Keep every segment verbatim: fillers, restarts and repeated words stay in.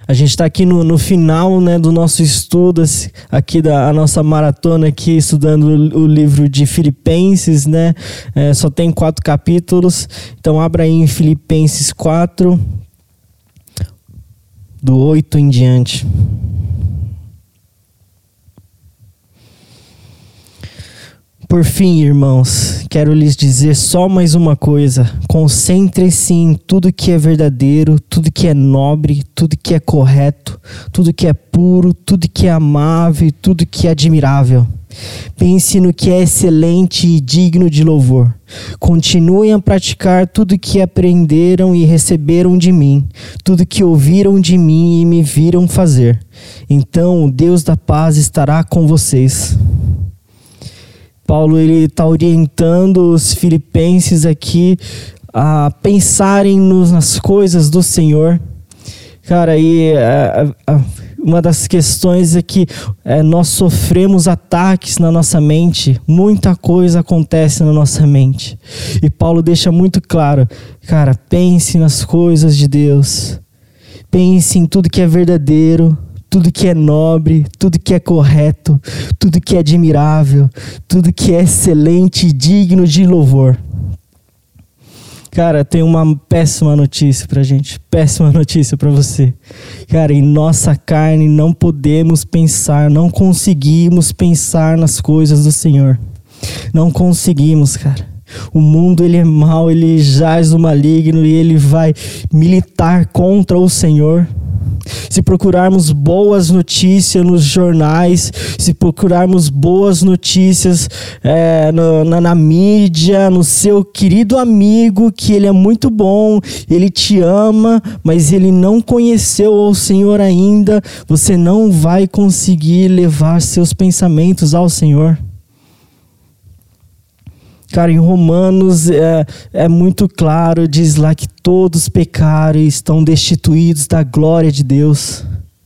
A gente está aqui no, no final, né, do nosso estudo, aqui da a nossa maratona, aqui estudando o, o livro de Filipenses, né? É, só tem quatro capítulos, então abra aí em Filipenses quatro, do oito em diante. Por fim, irmãos, quero lhes dizer só mais uma coisa. Concentrem-se em tudo que é verdadeiro, tudo que é nobre, tudo que é correto, tudo que é puro, tudo que é amável, tudo que é admirável. Pense no que é excelente e digno de louvor. Continuem a praticar tudo que aprenderam e receberam de mim, tudo que ouviram de mim e me viram fazer. Então o Deus da paz estará com vocês. Paulo ele está orientando os filipenses aqui a pensarem nos, nas coisas do Senhor. Cara, e a, a, uma das questões é que é, nós sofremos ataques na nossa mente. Muita coisa acontece na nossa mente. E Paulo deixa muito claro, cara, pense nas coisas de Deus. Pense em tudo que é verdadeiro, tudo que é nobre, tudo que é correto, tudo que é admirável, tudo que é excelente e digno de louvor. Cara, tem uma péssima notícia pra gente, péssima notícia pra você. Cara, em nossa carne não podemos pensar, não conseguimos pensar nas coisas do Senhor. Não conseguimos, cara. O mundo ele é mau, ele jaz no maligno e ele vai militar contra o Senhor. Se procurarmos boas notícias nos jornais, se procurarmos boas notícias é, no, na, na mídia, no seu querido amigo, que ele é muito bom, ele te ama, mas ele não conheceu o Senhor ainda, você não vai conseguir levar seus pensamentos ao Senhor. Cara, em Romanos é, é muito claro, diz lá que todos pecaram e estão destituídos da glória de Deus.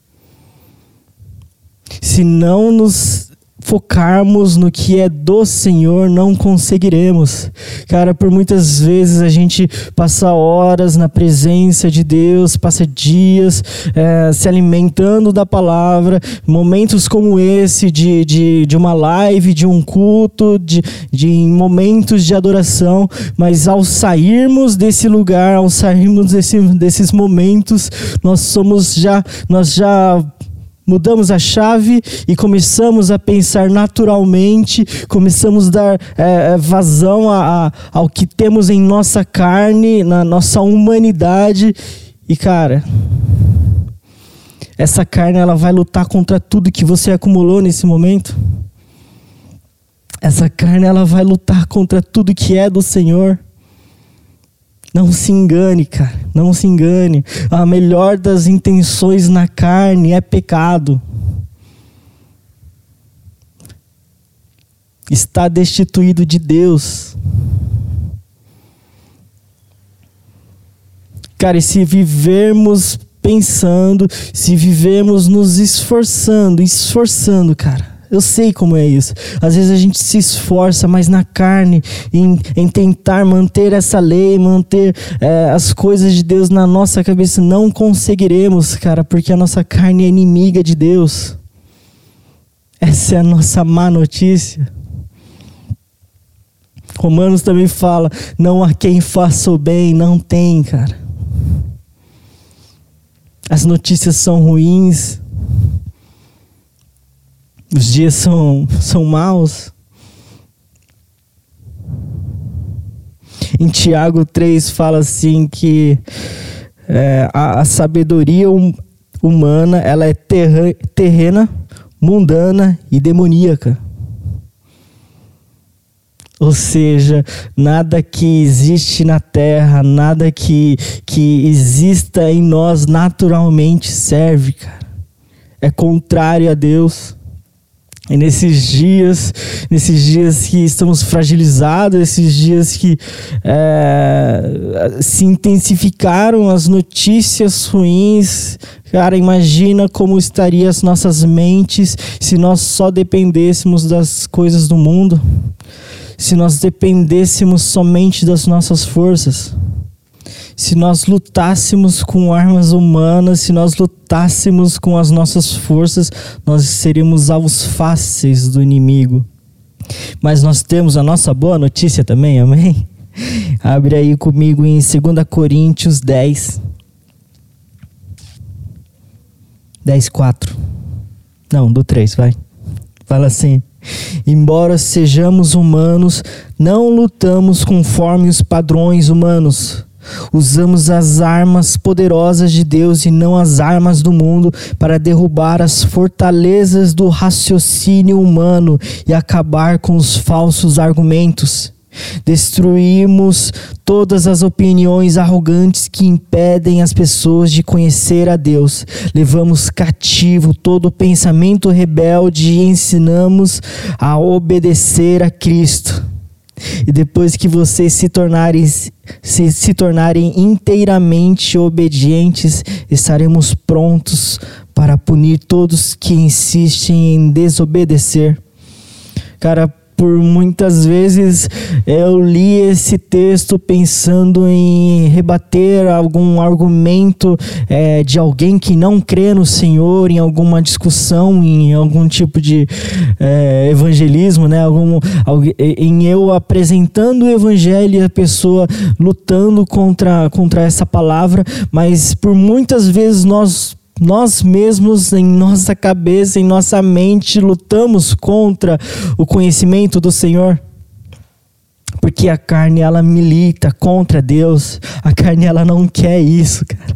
Se não nos focarmos no que é do Senhor, não conseguiremos. Cara, por muitas vezes a gente passa horas na presença de Deus, passa dias é, se alimentando da palavra, momentos como esse de, de, de uma live, de um culto, de, de momentos de adoração, mas ao sairmos desse lugar, ao sairmos desse, desses momentos, nós somos já, nós já mudamos a chave e começamos a pensar naturalmente, começamos a dar é, vazão a, a, ao que temos em nossa carne, na nossa humanidade. E cara, essa carne ela vai lutar contra tudo que você acumulou nesse momento. Essa carne ela vai lutar contra tudo que é do Senhor. Não se engane, cara, não se engane. A melhor das intenções na carne é pecado. Está destituído de Deus. Cara, e se vivermos pensando, se vivermos nos esforçando, esforçando, cara. Eu sei como é isso. Às vezes a gente se esforça, mas na carne, em, em tentar manter essa lei, manter é, as coisas de Deus na nossa cabeça, não conseguiremos, cara, porque a nossa carne é inimiga de Deus. Essa é a nossa má notícia. Romanos também fala, não há quem faça o bem, não tem, cara. As notícias são ruins. Os dias são, são maus. Em Tiago três fala assim que é, a, a sabedoria hum, humana ela é terra, terrena, mundana e demoníaca. Ou seja, nada que existe na terra, nada que, que exista em nós naturalmente serve, cara. É contrário a Deus. E nesses dias, nesses dias que estamos fragilizados, esses dias que é, se intensificaram as notícias ruins, cara, imagina como estariam as nossas mentes se nós só dependêssemos das coisas do mundo, se nós dependêssemos somente das nossas forças. Se nós lutássemos com armas humanas, se nós lutássemos com as nossas forças, nós seríamos alvos fáceis do inimigo. Mas nós temos a nossa boa notícia também, amém? Abre aí comigo em dois Coríntios dez. dez, quatro. Não, do três, vai. Fala assim: embora sejamos humanos, não lutamos conforme os padrões humanos. Usamos as armas poderosas de Deus e não as armas do mundo para derrubar as fortalezas do raciocínio humano e acabar com os falsos argumentos. Destruímos todas as opiniões arrogantes que impedem as pessoas de conhecer a Deus. Levamos cativo todo pensamento rebelde e ensinamos a obedecer a Cristo. E depois que vocês se tornarem, se, se tornarem inteiramente obedientes, estaremos prontos para punir todos que insistem em desobedecer. Cara, por muitas vezes eu li esse texto pensando em rebater algum argumento é, de alguém que não crê no Senhor, em alguma discussão, em algum tipo de é, evangelismo, né? Algum, em eu apresentando o evangelho e a pessoa lutando contra, contra essa palavra, mas por muitas vezes nós Nós mesmos, em nossa cabeça, em nossa mente, lutamos contra o conhecimento do Senhor. Porque a carne, ela milita contra Deus. A carne, ela não quer isso, cara.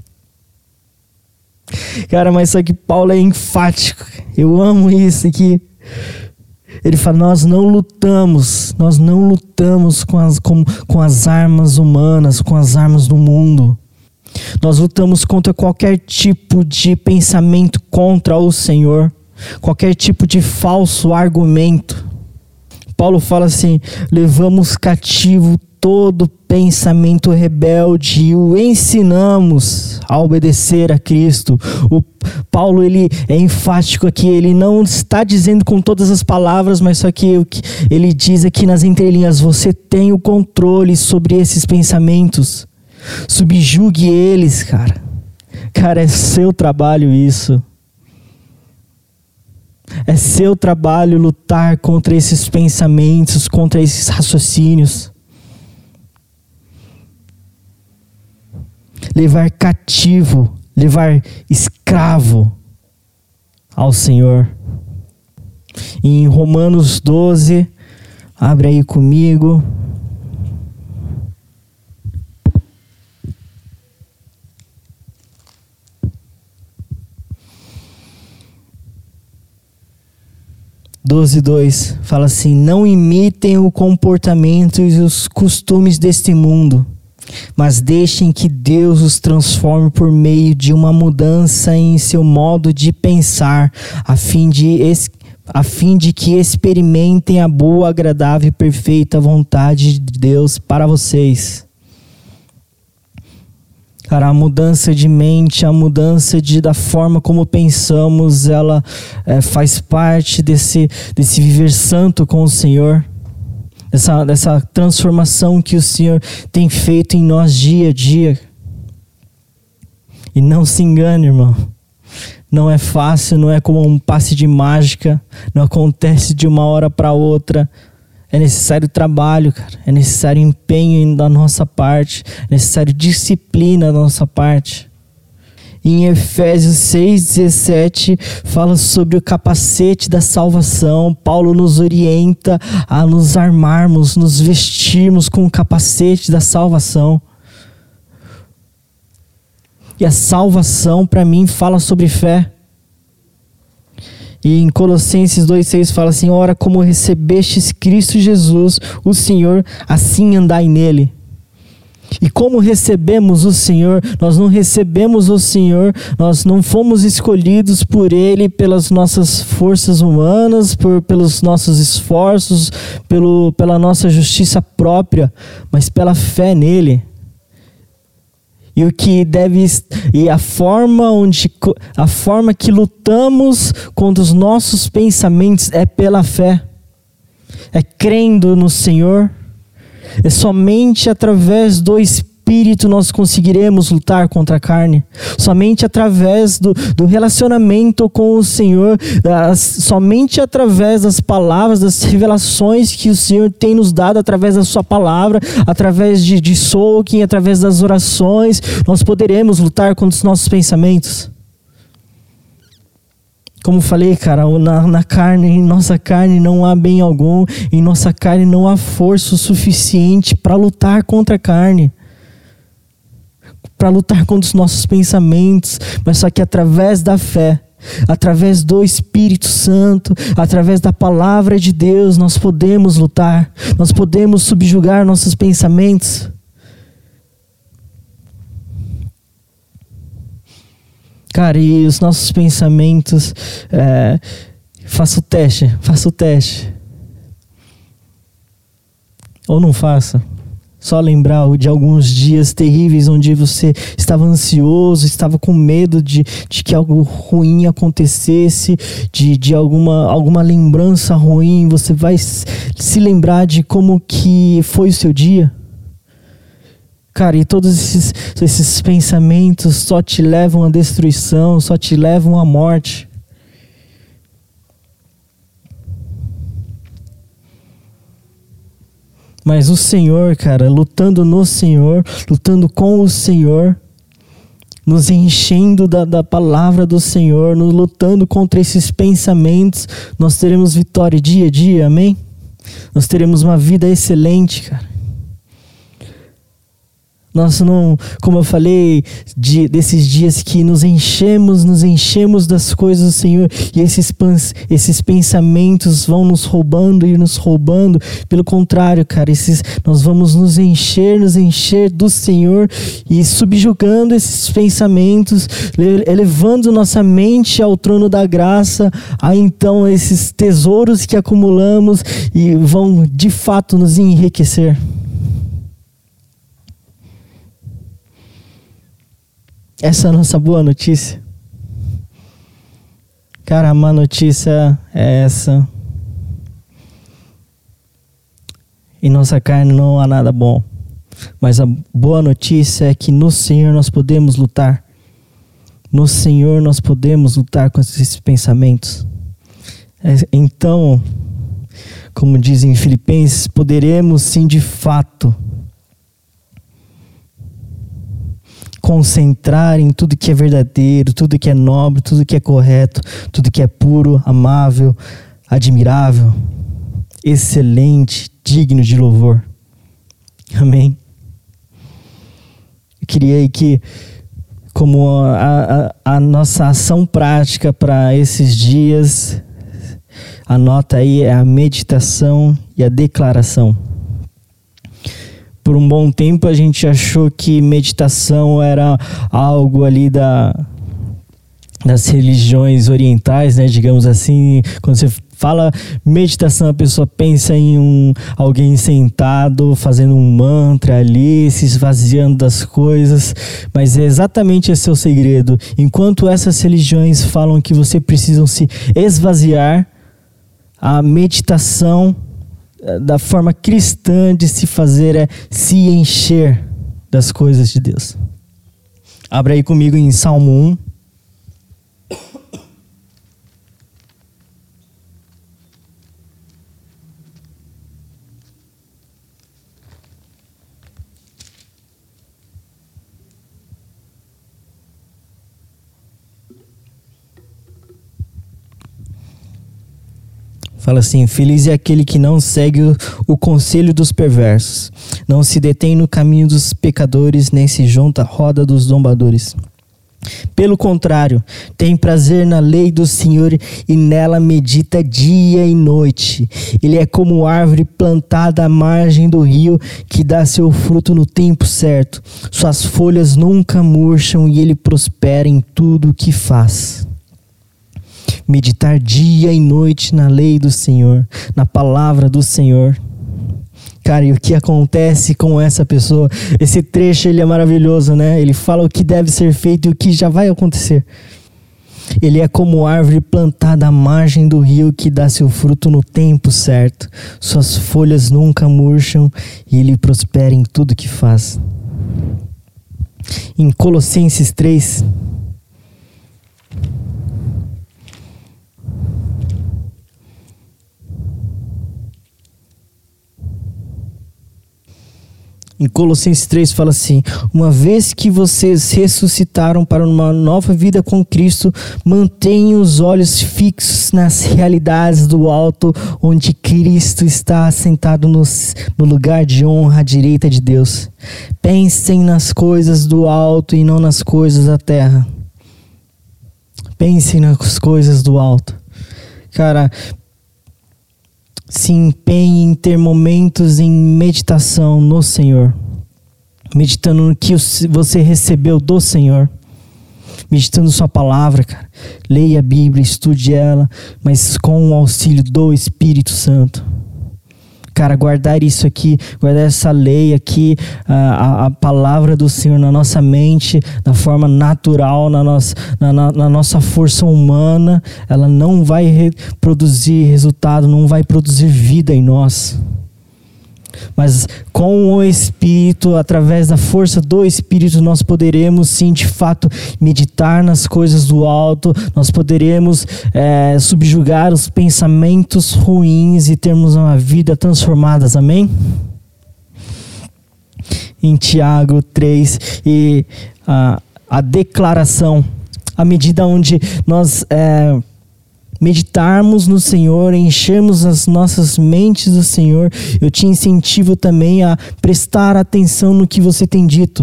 Cara, mas só que Paulo é enfático. Eu amo isso aqui. Ele fala, nós não lutamos, nós não lutamos com as, com, com as armas humanas, com as armas do mundo. Nós lutamos contra qualquer tipo de pensamento contra o Senhor, qualquer tipo de falso argumento. Paulo fala assim, levamos cativo todo pensamento rebelde e o ensinamos a obedecer a Cristo. O Paulo, ele é enfático aqui, ele não está dizendo com todas as palavras, mas só que ele diz aqui nas entrelinhas, você tem o controle sobre esses pensamentos. Subjugue eles, cara. Cara, é seu trabalho isso. É seu trabalho lutar contra esses pensamentos, contra esses raciocínios. Levar cativo, levar escravo ao Senhor. Em Romanos doze, abre aí comigo. doze, dois, fala assim, não imitem o comportamento e os costumes deste mundo, mas deixem que Deus os transforme por meio de uma mudança em seu modo de pensar, a fim de, a fim de que experimentem a boa, agradável e perfeita vontade de Deus para vocês. Cara, a mudança de mente, a mudança de, da forma como pensamos, ela é, faz parte desse, desse viver santo com o Senhor. Dessa, dessa transformação que o Senhor tem feito em nós dia a dia. E não se engane, irmão. Não é fácil, não é como um passe de mágica. Não acontece de uma hora para outra. É necessário trabalho, cara. É necessário empenho da nossa parte. É necessário disciplina da nossa parte. E em Efésios seis, dezessete, fala sobre o capacete da salvação. Paulo nos orienta a nos armarmos, nos vestirmos com o capacete da salvação. E a salvação, para mim, fala sobre fé. E em Colossenses dois, seis fala assim, ora, como recebestes Cristo Jesus, o Senhor, assim andai nele. E como recebemos o Senhor, nós não recebemos o Senhor, nós não fomos escolhidos por Ele pelas nossas forças humanas, por, pelos nossos esforços, pelo, pela nossa justiça própria, mas pela fé nele. E o que deve e a forma onde a forma que lutamos contra os nossos pensamentos é pela fé. É crendo no Senhor. É somente através do Espírito Espírito nós conseguiremos lutar contra a carne. Somente através do, do relacionamento com o Senhor, das, somente através das palavras, das revelações que o Senhor tem nos dado através da sua palavra, através de, de soaking, através das orações, nós poderemos lutar contra os nossos pensamentos. Como falei, cara, na, na carne, em nossa carne não há bem algum, em nossa carne não há força o suficiente para lutar contra a carne, para lutar contra os nossos pensamentos, mas só que através da fé, através do Espírito Santo, através da palavra de Deus, nós podemos lutar, nós podemos subjugar nossos pensamentos. Cara, e os nossos pensamentos, é, faça o teste, faça o teste. Ou não faça. Só lembrar de alguns dias terríveis onde você estava ansioso, estava com medo de, de que algo ruim acontecesse, de, de alguma, alguma lembrança ruim. Você vai se lembrar de como que foi o seu dia. Cara, e todos esses, esses pensamentos só te levam à destruição, só te levam à morte. Mas o Senhor, cara, lutando no Senhor, lutando com o Senhor, nos enchendo da, da palavra do Senhor, nos lutando contra esses pensamentos, nós teremos vitória dia a dia, amém? Nós teremos uma vida excelente, cara. Nós não, como eu falei, de, desses dias que nos enchemos, nos enchemos das coisas do Senhor e esses, esses pensamentos vão nos roubando e nos roubando. Pelo contrário, cara, esses, nós vamos nos encher, nos encher do Senhor e subjugando esses pensamentos, elevando nossa mente ao trono da graça, a então esses tesouros que acumulamos e vão de fato nos enriquecer. Essa é a nossa boa notícia. Cara, a má notícia é essa. Em nossa carne não há nada bom. Mas a boa notícia é que no Senhor nós podemos lutar. No Senhor nós podemos lutar com esses pensamentos. Então, como dizem em Filipenses, poderemos sim de fato concentrar em tudo que é verdadeiro, tudo que é nobre, tudo que é correto, tudo que é puro, amável, admirável, excelente, digno de louvor. Amém? Eu queria que, como a, a, a nossa ação prática para esses dias, anota aí, é a meditação e a declaração. Por um bom tempo a gente achou que meditação era algo ali da, das religiões orientais, né? Digamos assim, quando você fala meditação, a pessoa pensa em um, alguém sentado, fazendo um mantra ali, se esvaziando das coisas, mas é exatamente esse é o segredo. Enquanto essas religiões falam que você precisa se esvaziar, a meditação da forma cristã de se fazer é se encher das coisas de Deus. Abra aí comigo em Salmo um. Fala assim: feliz é aquele que não segue o, o conselho dos perversos, não se detém no caminho dos pecadores, nem se junta à roda dos zombadores. Pelo contrário, tem prazer na lei do Senhor e nela medita dia e noite. Ele é como árvore plantada à margem do rio, que dá seu fruto no tempo certo. Suas folhas nunca murcham e ele prospera em tudo o que faz. Meditar dia e noite na lei do Senhor, na palavra do Senhor. Cara, e o que acontece com essa pessoa? Esse trecho ele é maravilhoso, né? Ele fala o que deve ser feito e o que já vai acontecer. Ele é como árvore plantada à margem do rio, que dá seu fruto no tempo certo. Suas folhas nunca murcham e ele prospera em tudo que faz. Em Colossenses três, Em Colossenses três fala assim: uma vez que vocês ressuscitaram para uma nova vida com Cristo, mantenham os olhos fixos nas realidades do alto, onde Cristo está assentado no, no lugar de honra à direita de Deus. Pensem nas coisas do alto e não nas coisas da terra. Pensem nas coisas do alto. Cara, se empenhe em ter momentos em meditação no Senhor, meditando no que você recebeu do Senhor, meditando sua palavra, cara. Leia a Bíblia, estude ela, mas com o auxílio do Espírito Santo. Cara, guardar isso aqui, guardar essa lei aqui, a, a, a palavra do Senhor na nossa mente, da forma natural, na nossa, na, na, na nossa força humana, ela não vai re- produzir resultado, não vai produzir vida em nós. Mas com o Espírito, através da força do Espírito, nós poderemos sim, de fato, meditar nas coisas do alto, nós poderemos é, subjugar os pensamentos ruins e termos uma vida transformada, amém? Em Tiago três, e a, a declaração, à medida onde nós... É, meditarmos no Senhor, enchermos as nossas mentes do Senhor, eu te incentivo também a prestar atenção no que você tem dito.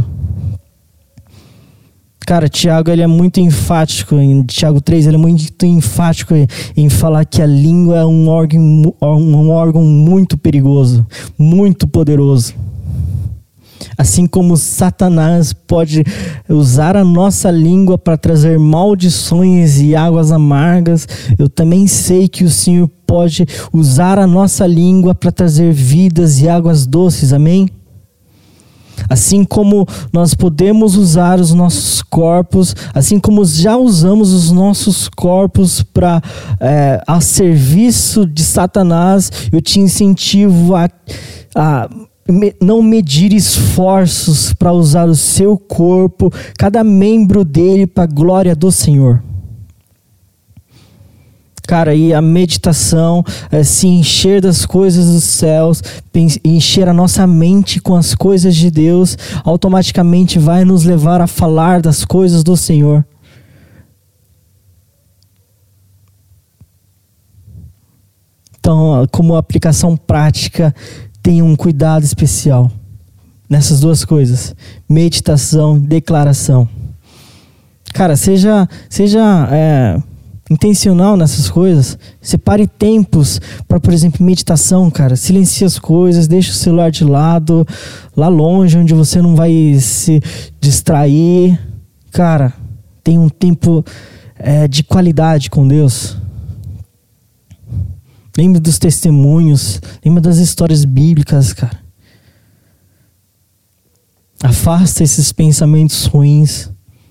Cara, Tiago, ele é muito enfático, em Tiago três, ele é muito enfático em, em falar que a língua é um órgão, um órgão muito perigoso, muito poderoso. Assim como Satanás pode usar a nossa língua para trazer maldições e águas amargas, eu também sei que o Senhor pode usar a nossa língua para trazer vidas e águas doces, amém? Assim como nós podemos usar os nossos corpos, assim como já usamos os nossos corpos para é, a serviço de Satanás, eu te incentivo a... a não medir esforços para usar o seu corpo, cada membro dele para a glória do Senhor. Cara, e a meditação, é, se encher das coisas dos céus, encher a nossa mente com as coisas de Deus, automaticamente vai nos levar a falar das coisas do Senhor. Então, como aplicação prática, tenha um cuidado especial nessas duas coisas: meditação, declaração. Cara, seja, seja é, intencional nessas coisas. Separe tempos para, por exemplo, meditação, cara. Silencie as coisas, deixe o celular de lado, lá longe, onde você não vai se distrair. Cara, tenha um tempo é, de qualidade com Deus. Lembre dos testemunhos, lembre das histórias bíblicas, cara. Afasta esses pensamentos ruins.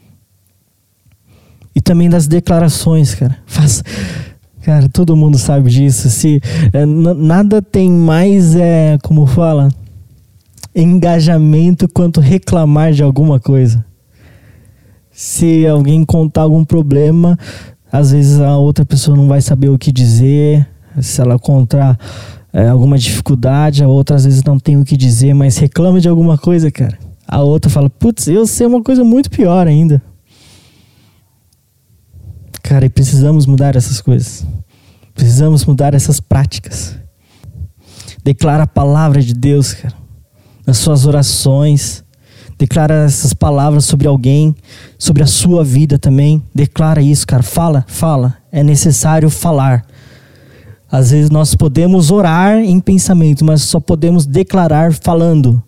E também das declarações, cara. Faça, cara, todo mundo sabe disso. Se, é, n- nada tem mais, é, como fala, engajamento quanto reclamar de alguma coisa. Se alguém contar algum problema, às vezes a outra pessoa não vai saber o que dizer. Se ela encontrar é, alguma dificuldade, a outra às vezes não tem o que dizer, mas reclama de alguma coisa, cara. A outra fala, putz, eu sei uma coisa muito pior ainda. Cara, e precisamos mudar essas coisas. Precisamos mudar essas práticas. Declara a palavra de Deus, cara, nas suas orações. Declara essas palavras sobre alguém, sobre a sua vida também. Declara isso, cara. Fala, fala. É necessário falar. Às vezes nós podemos orar em pensamento, mas só podemos declarar falando.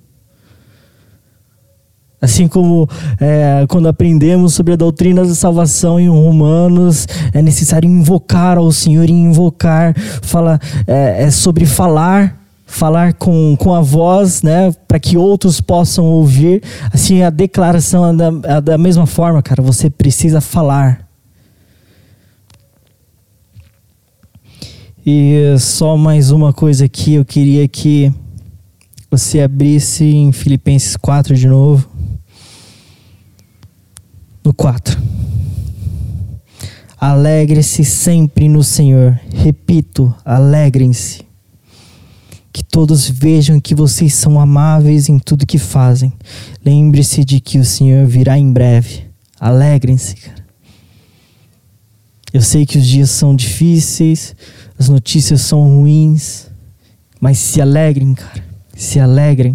Assim como é, quando aprendemos sobre a doutrina da salvação em Romanos, é necessário invocar ao Senhor e invocar, fala, é, é sobre falar, falar com, com a voz, né, para que outros possam ouvir. Assim, a declaração é da, é da mesma forma, cara, você precisa falar. E só mais uma coisa aqui, eu queria que você abrisse em Filipenses quatro de novo. No quatro. Alegre-se sempre no Senhor. Repito, alegrem-se. Que todos vejam que vocês são amáveis em tudo que fazem. Lembre-se de que o Senhor virá em breve. Alegrem-se, cara. Eu sei que os dias são difíceis, as notícias são ruins, mas se alegrem, cara. Se alegrem.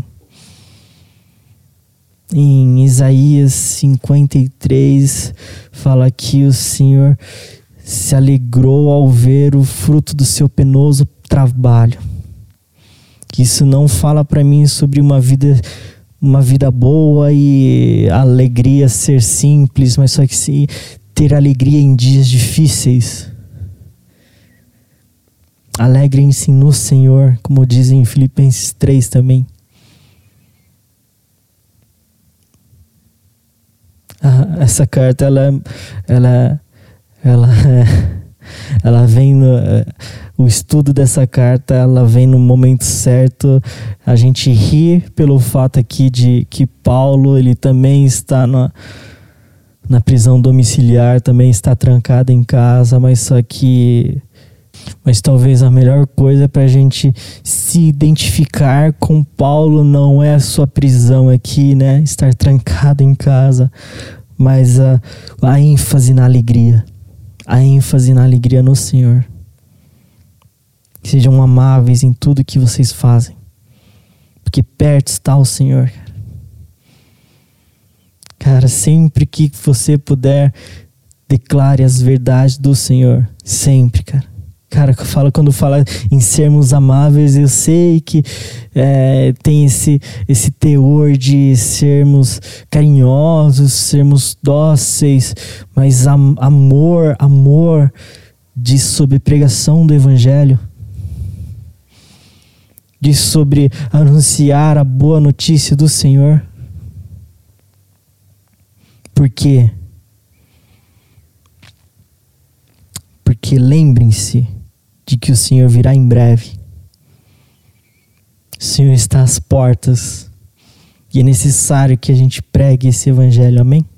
Em Isaías cinquenta e três, fala que o Senhor se alegrou ao ver o fruto do seu penoso trabalho. Que isso não fala para mim sobre uma vida, uma vida boa e a alegria ser simples, mas só que se ter alegria em dias difíceis. Alegrem-se no Senhor, como dizem em Filipenses três também. Ah, essa carta, ela, ela, ela, ela vem no, o estudo dessa carta, ela vem no momento certo. A gente ri pelo fato aqui de que Paulo, ele também está na, na prisão domiciliar, também está trancado em casa, mas só que, mas talvez a melhor coisa para a gente se identificar com Paulo não é a sua prisão aqui, né? Estar trancado em casa, mas a, a ênfase na alegria. A ênfase na alegria no Senhor. Sejam amáveis em tudo que vocês fazem, porque perto está o Senhor. Cara, sempre que você puder, declare as verdades do Senhor. Sempre, cara. Cara, fala, quando fala em sermos amáveis, eu sei que é, tem esse, esse teor de sermos carinhosos, sermos dóceis, mas am, amor, amor diz sobre pregação do Evangelho, diz sobre anunciar a boa notícia do Senhor. Por quê? Porque lembrem-se de que o Senhor virá em breve. O Senhor está às portas e é necessário que a gente pregue esse Evangelho, amém?